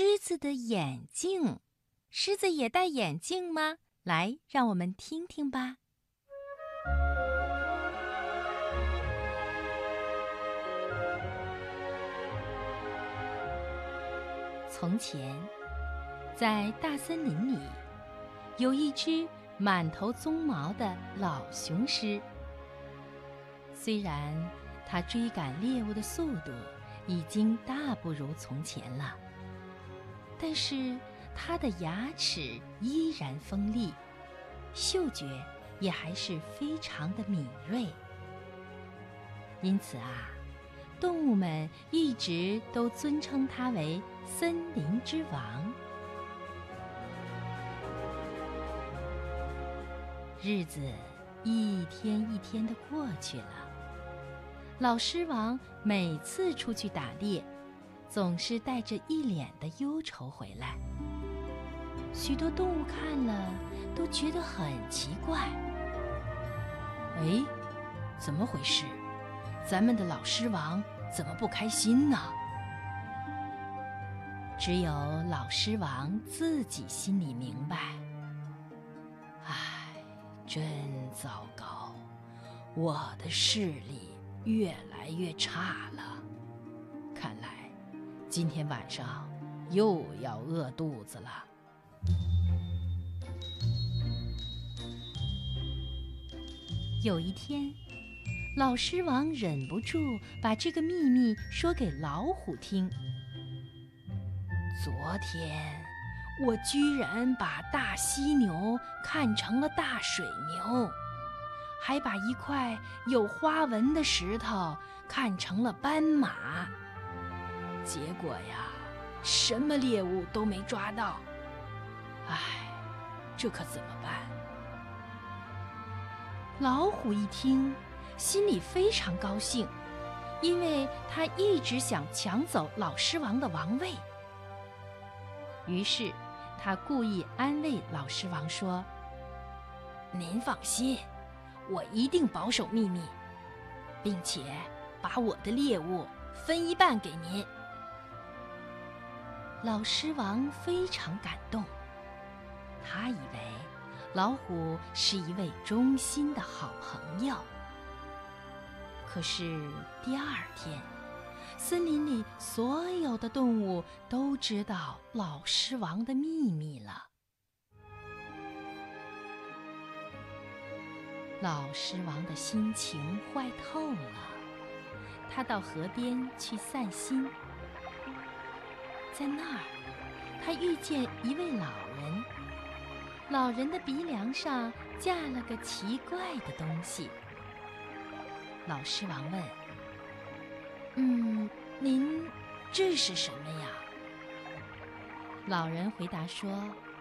狮子的眼镜。狮子也戴眼镜吗？来，让我们听听吧。从前，在大森林里，有一只满头鬃毛的老雄狮。虽然它追赶猎物的速度已经大不如从前了，但是它的牙齿依然锋利，嗅觉也还是非常的敏锐。因此啊，动物们一直都尊称它为森林之王。日子一天一天地过去了，老狮王每次出去打猎，总是带着一脸的忧愁回来。许多动物看了都觉得很奇怪。哎，怎么回事？咱们的老狮王怎么不开心呢？只有老狮王自己心里明白。唉，真糟糕，我的视力越来越差了，看来今天晚上又要饿肚子了。有一天，老狮王忍不住把这个秘密说给老虎听。昨天，我居然把大犀牛看成了大水牛，还把一块有花纹的石头看成了斑马。结果呀，什么猎物都没抓到。唉，这可怎么办？老虎一听，心里非常高兴，因为他一直想抢走老狮王的王位。于是，他故意安慰老狮王说：“您放心，我一定保守秘密，并且把我的猎物分一半给您。”老狮王非常感动，他以为老虎是一位忠心的好朋友。可是第二天，森林里所有的动物都知道老狮王的秘密了。老狮王的心情坏透了，他到河边去散心。在那儿，他遇见一位老人，老人的鼻梁上架了个奇怪的东西。老狮王问：“您这是什么呀？”老人回答说：“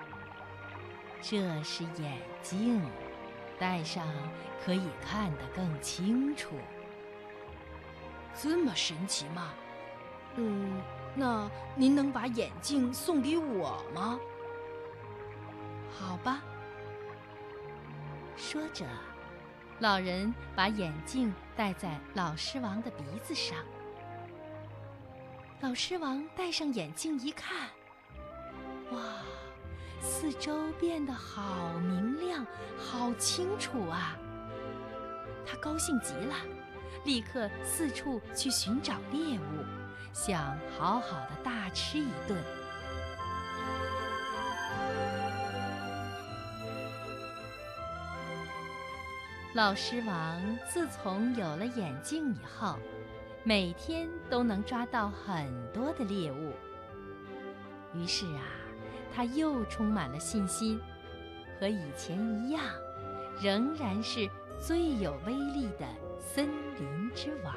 这是眼镜，戴上可以看得更清楚。”这么神奇吗？那您能把眼镜送给我吗？好吧。说着，老人把眼镜戴在老狮王的鼻子上。老狮王戴上眼镜一看，哇，四周变得好明亮，好清楚啊！他高兴极了，立刻四处去寻找猎物，想好好的大吃一顿。老狮王自从有了眼镜以后，每天都能抓到很多的猎物。于是啊，他又充满了信心，和以前一样，仍然是最有威力的森林之王。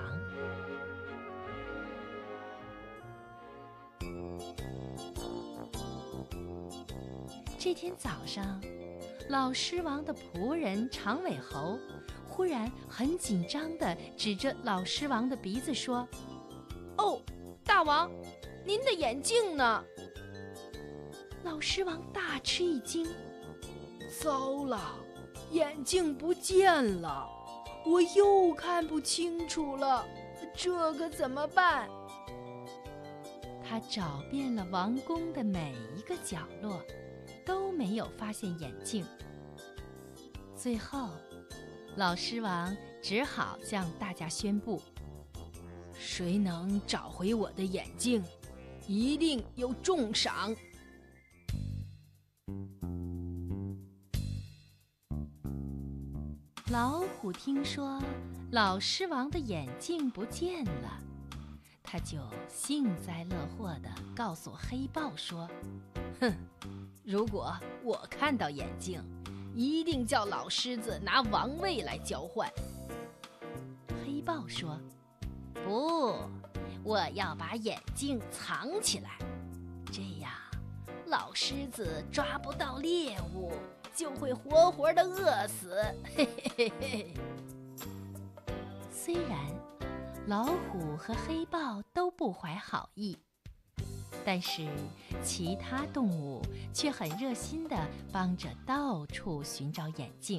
这天早上，老狮王的仆人长尾猴忽然很紧张地指着老狮王的鼻子说：“哦，大王，您的眼镜呢？”老狮王大吃一惊：“糟了，眼镜不见了，我又看不清楚了，这可怎么办？”他他找遍了王宫的每一个角落，都没有发现眼镜。最后，老狮王只好向大家宣布：谁能找回我的眼镜，一定有重赏。老虎听说老狮王的眼镜不见了，他就幸灾乐祸地告诉黑豹说：哼，如果我看到眼镜，一定叫老狮子拿王位来交换。黑豹说：不，我要把眼镜藏起来，这样老狮子抓不到猎物，就会活活的饿死。嘿嘿嘿嘿。虽然老虎和黑豹都不怀好意，但是其他动物却很热心地帮着到处寻找眼镜。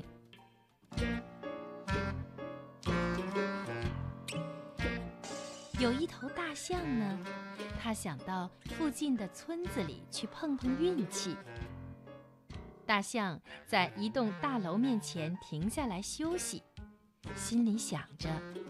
有一头大象呢，它想到附近的村子里去碰碰运气。大象在一栋大楼面前停下来休息，心里想着：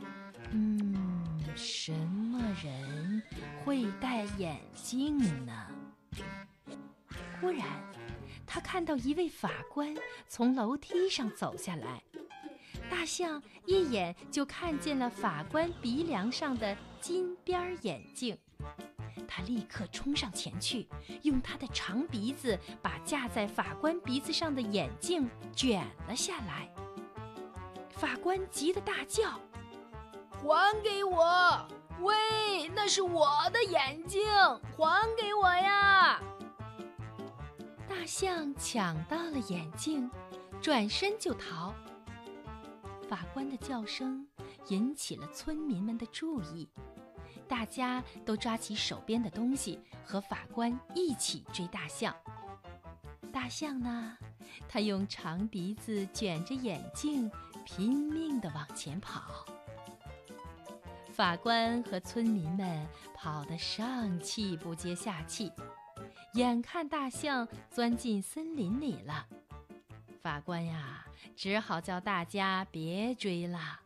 什么人会戴眼镜呢？忽然，他看到一位法官从楼梯上走下来，大象一眼就看见了法官鼻梁上的金边眼镜。他立刻冲上前去，用他的长鼻子把架在法官鼻子上的眼镜卷了下来。法官急得大叫：还给我！喂，那是我的眼镜，还给我呀！大象抢到了眼镜，转身就逃。法官的叫声引起了村民们的注意，大家都抓起手边的东西，和法官一起追大象。大象呢，它用长鼻子卷着眼镜，拼命地往前跑。法官和村民们跑得上气不接下气，眼看大象钻进森林里了，法官呀，只好叫大家别追了。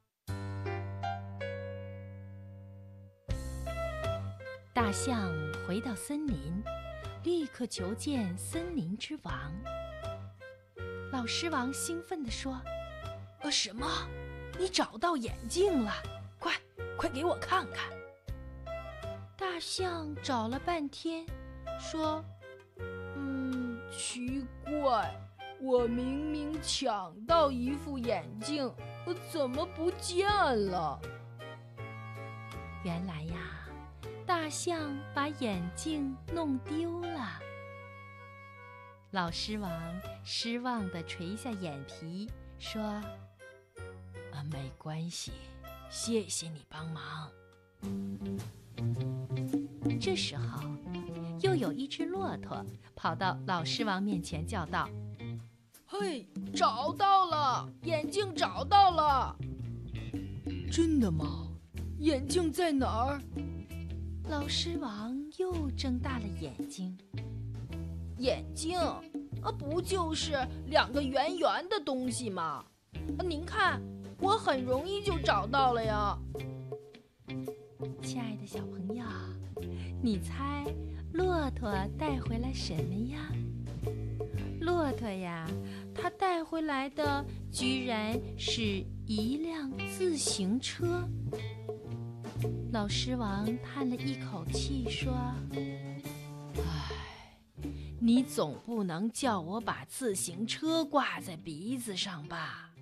大象回到森林，立刻求见森林之王。老狮王兴奋地说：什么？你找到眼镜了？快给我看看！大象找了半天，说：奇怪，我明明抢到一副眼镜，怎么不见了？原来呀，大象把眼镜弄丢了。老狮王失望地垂下眼皮，说：没关系，谢谢你帮忙。这时候，又有一只骆驼跑到老狮王面前叫道：嘿，找到了，眼镜找到了！真的吗？眼镜在哪儿？老狮王又睁大了眼睛。眼镜不就是两个圆圆的东西吗？您看，我很容易就找到了呀。亲爱的小朋友，你猜骆驼带回来什么呀？骆驼呀，它带回来的居然是一辆自行车。老狮王叹了一口气说：你总不能叫我把自行车挂在鼻子上吧？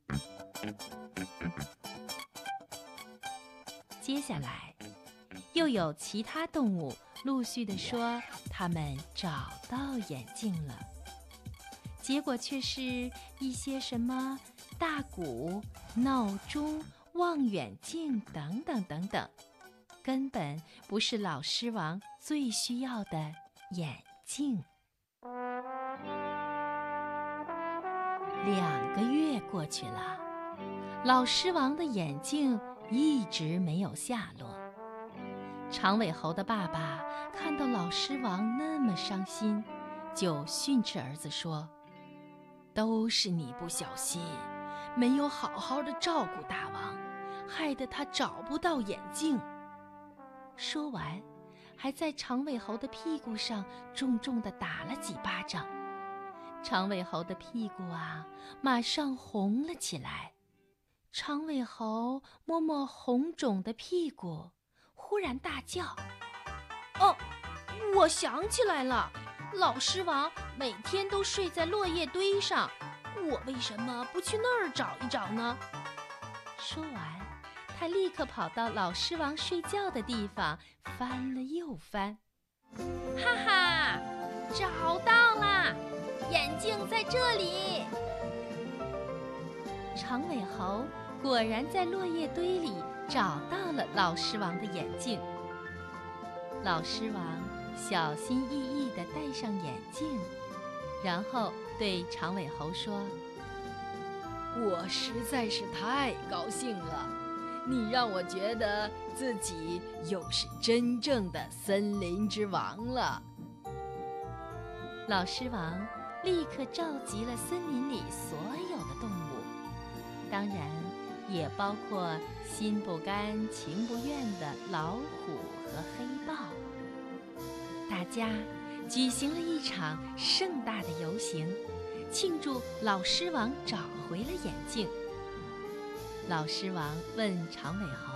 接下来，又有其他动物陆续地说他们找到眼镜了，结果却是一些什么大鼓、闹钟、望远镜等等等等，根本不是老狮王最需要的眼镜。2个月过去了，老狮王的眼镜一直没有下落。 长尾猴的爸爸看到老狮王那么伤心，就训斥儿子说：“都是你不小心，没有好好的照顾大王，害得他找不到眼镜。”说完，还在长尾猴的屁股上重重地打了几巴掌。长尾猴的屁股啊，马上红了起来。长尾猴摸摸红肿的屁股，忽然大叫：“哦，我想起来了，老狮王每天都睡在落叶堆上，我为什么不去那儿找一找呢？”说完，他立刻跑到老狮王睡觉的地方，翻了又翻。哈哈，找到啦！眼镜在这里。长尾猴果然在落叶堆里找到了老狮王的眼镜。老狮王小心翼翼地戴上眼镜，然后对长尾猴说：“我实在是太高兴了，你让我觉得自己又是真正的森林之王了。”老狮王立刻召集了森林里所有的动物，当然也包括心不甘情不愿的老虎和黑豹。大家举行了一场盛大的游行，庆祝老狮王找回了眼镜。老狮王问长尾猴：“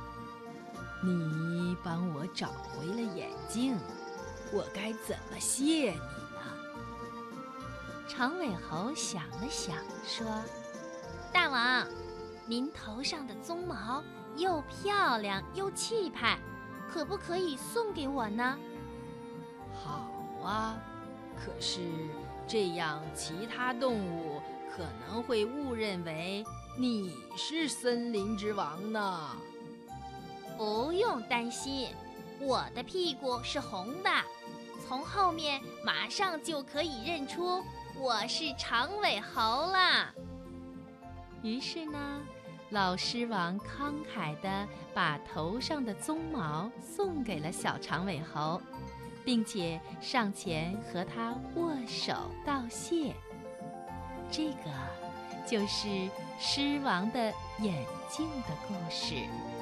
你帮我找回了眼镜，我该怎么谢你呢？”长尾猴想了想，说：“大王，您头上的鬃毛又漂亮又气派，可不可以送给我呢？”“好啊，可是这样其他动物可能会误认为你是森林之王呢。”“不用担心，我的屁股是红的，从后面马上就可以认出我是长尾猴啦。”于是呢，老狮王慷慨地把头上的鬃毛送给了小长尾猴，并且上前和他握手道谢。这个就是狮王的眼镜的故事。